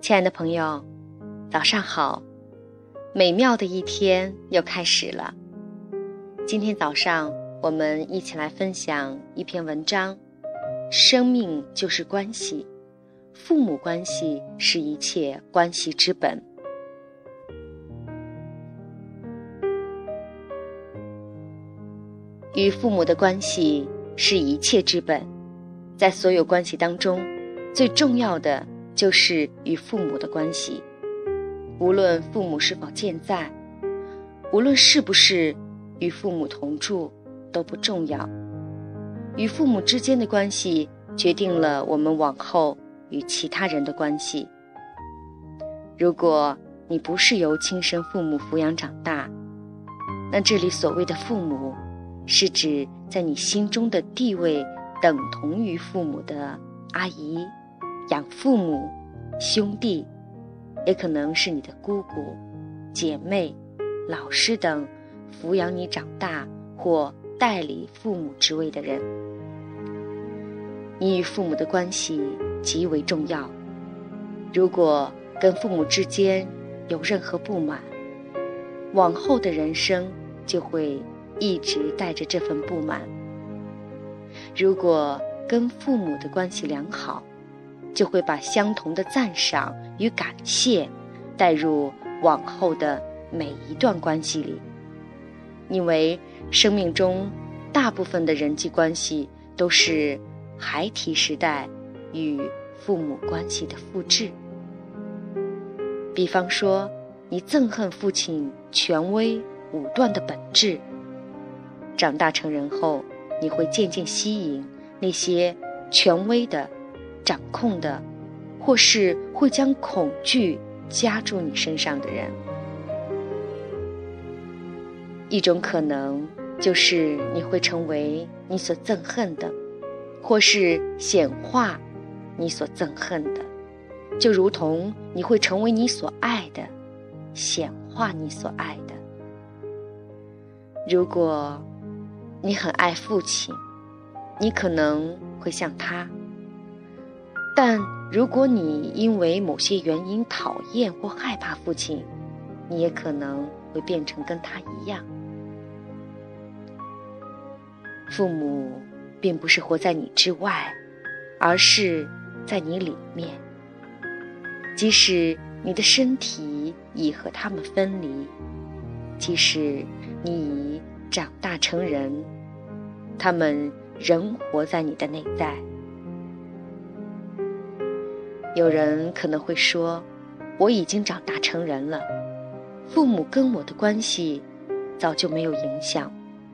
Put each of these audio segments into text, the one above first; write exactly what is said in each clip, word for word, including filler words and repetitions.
亲爱的朋友，早上好，美妙的一天又开始了。今天早上我们一起来分享一篇文章，生命就是关系，父母关系是一切关系之本。与父母的关系是一切之本，在所有关系当中，最重要的就是与父母的关系。无论父母是否健在，无论是不是与父母同住，都不重要。与父母之间的关系决定了我们往后与其他人的关系。如果你不是由亲生父母抚养长大，那这里所谓的父母，是指在你心中的地位等同于父母的阿姨、养父母、兄弟，也可能是你的姑姑、姐妹、老师等抚养你长大或代理父母职位的人。你与父母的关系极为重要，如果跟父母之间有任何不满，往后的人生就会一直带着这份不满。如果跟父母的关系良好，就会把相同的赞赏与感谢带入往后的每一段关系里。因为生命中大部分的人际关系都是孩提时代与父母关系的复制。比方说，你憎恨父亲权威武断的本质，长大成人后，你会渐渐吸引那些权威的、掌控的，或是会将恐惧加注你身上的人。一种可能就是你会成为你所憎恨的，或是显化你所憎恨的，就如同你会成为你所爱的，显化你所爱的。如果你很爱父亲，你可能会像他，但如果你因为某些原因讨厌或害怕父亲，你也可能会变成跟他一样。父母并不是活在你之外，而是在你里面。即使你的身体已和他们分离，即使你已长大成人，他们仍活在你的内在。有人可能会说，我已经长大成人了，父母跟我的关系早就没有影响。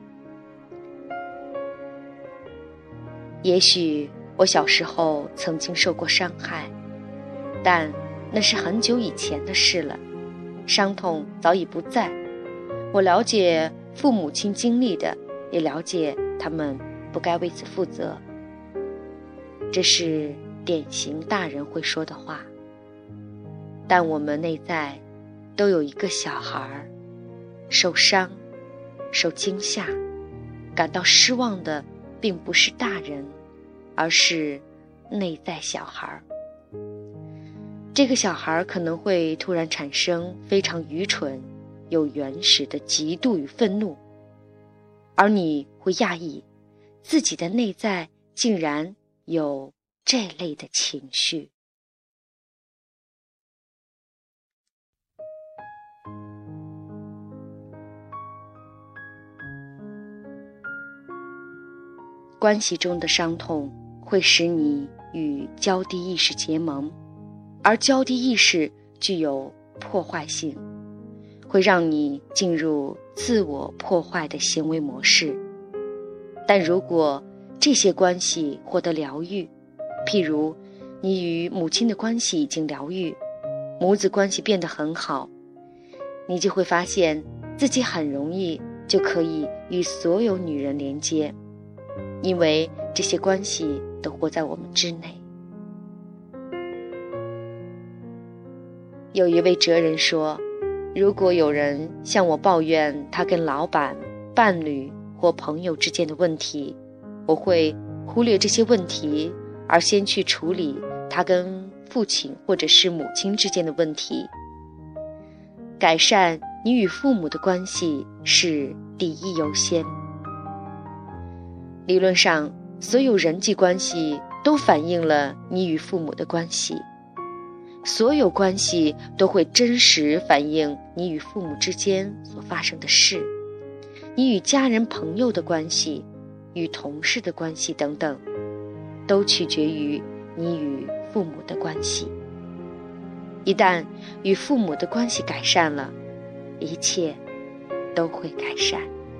也许我小时候曾经受过伤害，但那是很久以前的事了，伤痛早已不在。我了解父母亲经历的，也了解他们不该为此负责。这是典型大人会说的话。但我们内在都有一个小孩，受伤、受惊吓、感到失望的并不是大人，而是内在小孩。这个小孩可能会突然产生非常愚蠢又原始的嫉妒与愤怒，而你会讶异自己的内在竟然有这类的情绪。关系中的伤痛会使你与娇低意识结盟，而娇低意识具有破坏性，会让你进入自我破坏的行为模式。但如果这些关系获得疗愈，譬如你与母亲的关系已经疗愈，母子关系变得很好，你就会发现自己很容易就可以与所有女人连接，因为这些关系都活在我们之内。有一位哲人说，如果有人向我抱怨他跟老板、伴侣或朋友之间的问题，我会忽略这些问题，而先去处理他跟父亲或者是母亲之间的问题。改善你与父母的关系是第一优先。理论上，所有人际关系都反映了你与父母的关系，所有关系都会真实反映你与父母之间所发生的事，你与家人朋友的关系，与同事的关系等等，都取决于你与父母的关系。一旦与父母的关系改善了，一切都会改善。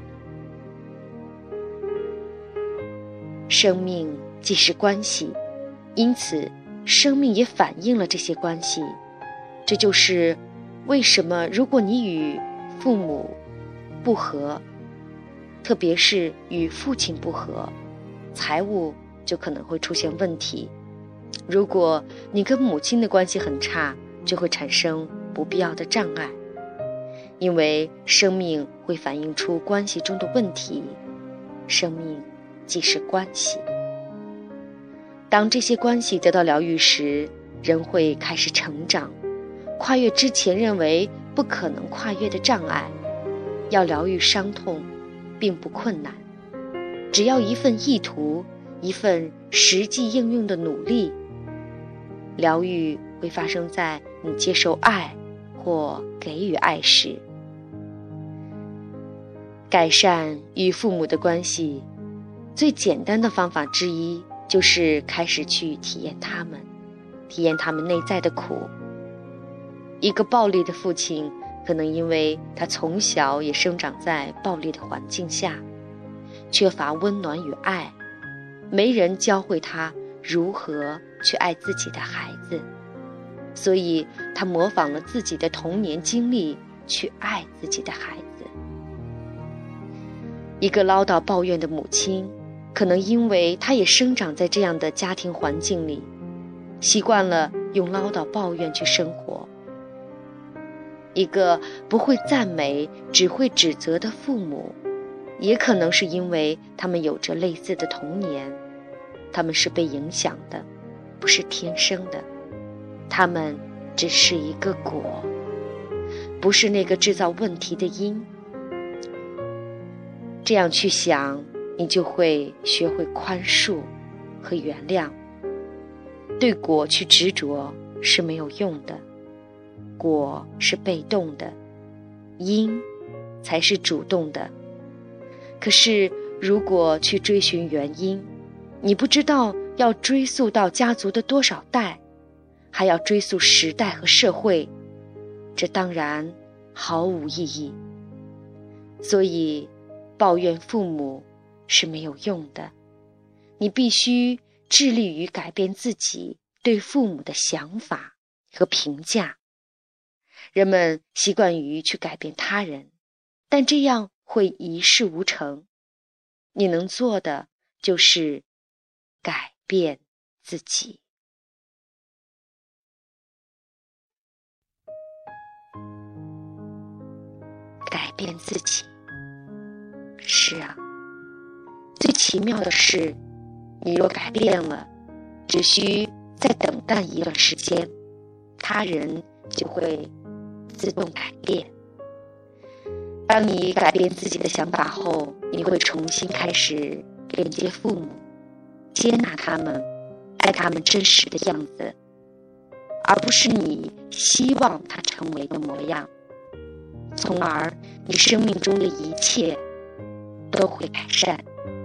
生命既是关系，因此生命也反映了这些关系。这就是为什么如果你与父母不和，特别是与父亲不和，财务就可能会出现问题。如果你跟母亲的关系很差，就会产生不必要的障碍。因为生命会反映出关系中的问题，生命即是关系。当这些关系得到疗愈时，人会开始成长，跨越之前认为不可能跨越的障碍。要疗愈伤痛并不困难，只要一份意图，一份实际应用的努力。疗愈会发生在你接受爱或给予爱时。改善与父母的关系，最简单的方法之一就是开始去体验他们，体验他们内在的苦。一个暴力的父亲，可能因为他从小也生长在暴力的环境下，缺乏温暖与爱，没人教会他如何去爱自己的孩子，所以他模仿了自己的童年经历去爱自己的孩子。一个唠叨抱怨的母亲，可能因为她也生长在这样的家庭环境里，习惯了用唠叨抱怨去生活。一个不会赞美，只会指责的父母，也可能是因为他们有着类似的童年，他们是被影响的，不是天生的，他们只是一个果，不是那个制造问题的因。这样去想，你就会学会宽恕和原谅。对果去执着是没有用的，果是被动的，因才是主动的。可是如果去追寻原因，你不知道要追溯到家族的多少代，还要追溯时代和社会，这当然毫无意义。所以抱怨父母是没有用的，你必须致力于改变自己对父母的想法和评价。人们习惯于去改变他人，但这样会一事无成。你能做的就是改变自己。改变自己。是啊，最奇妙的是，你若改变了，只需再等待一段时间，他人就会自动改变。当你改变自己的想法后，你会重新开始连接父母，接纳他们，爱他们真实的样子，而不是你希望他成为的模样。从而你生命中的一切都会改善。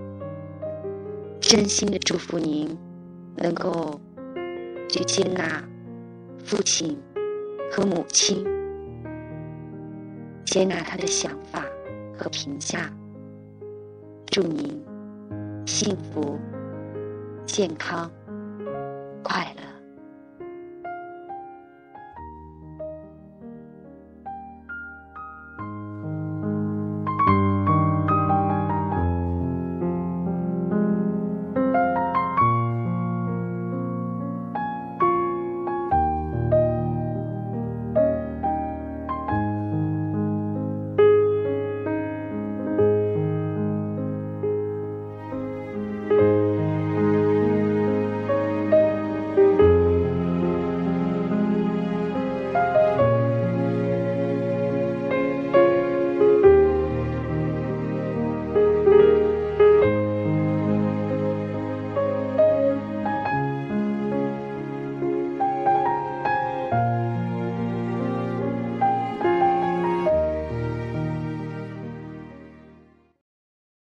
真心的祝福您能够去接纳父亲和母亲，接纳他的想法和评价。祝您幸福、健康、快乐。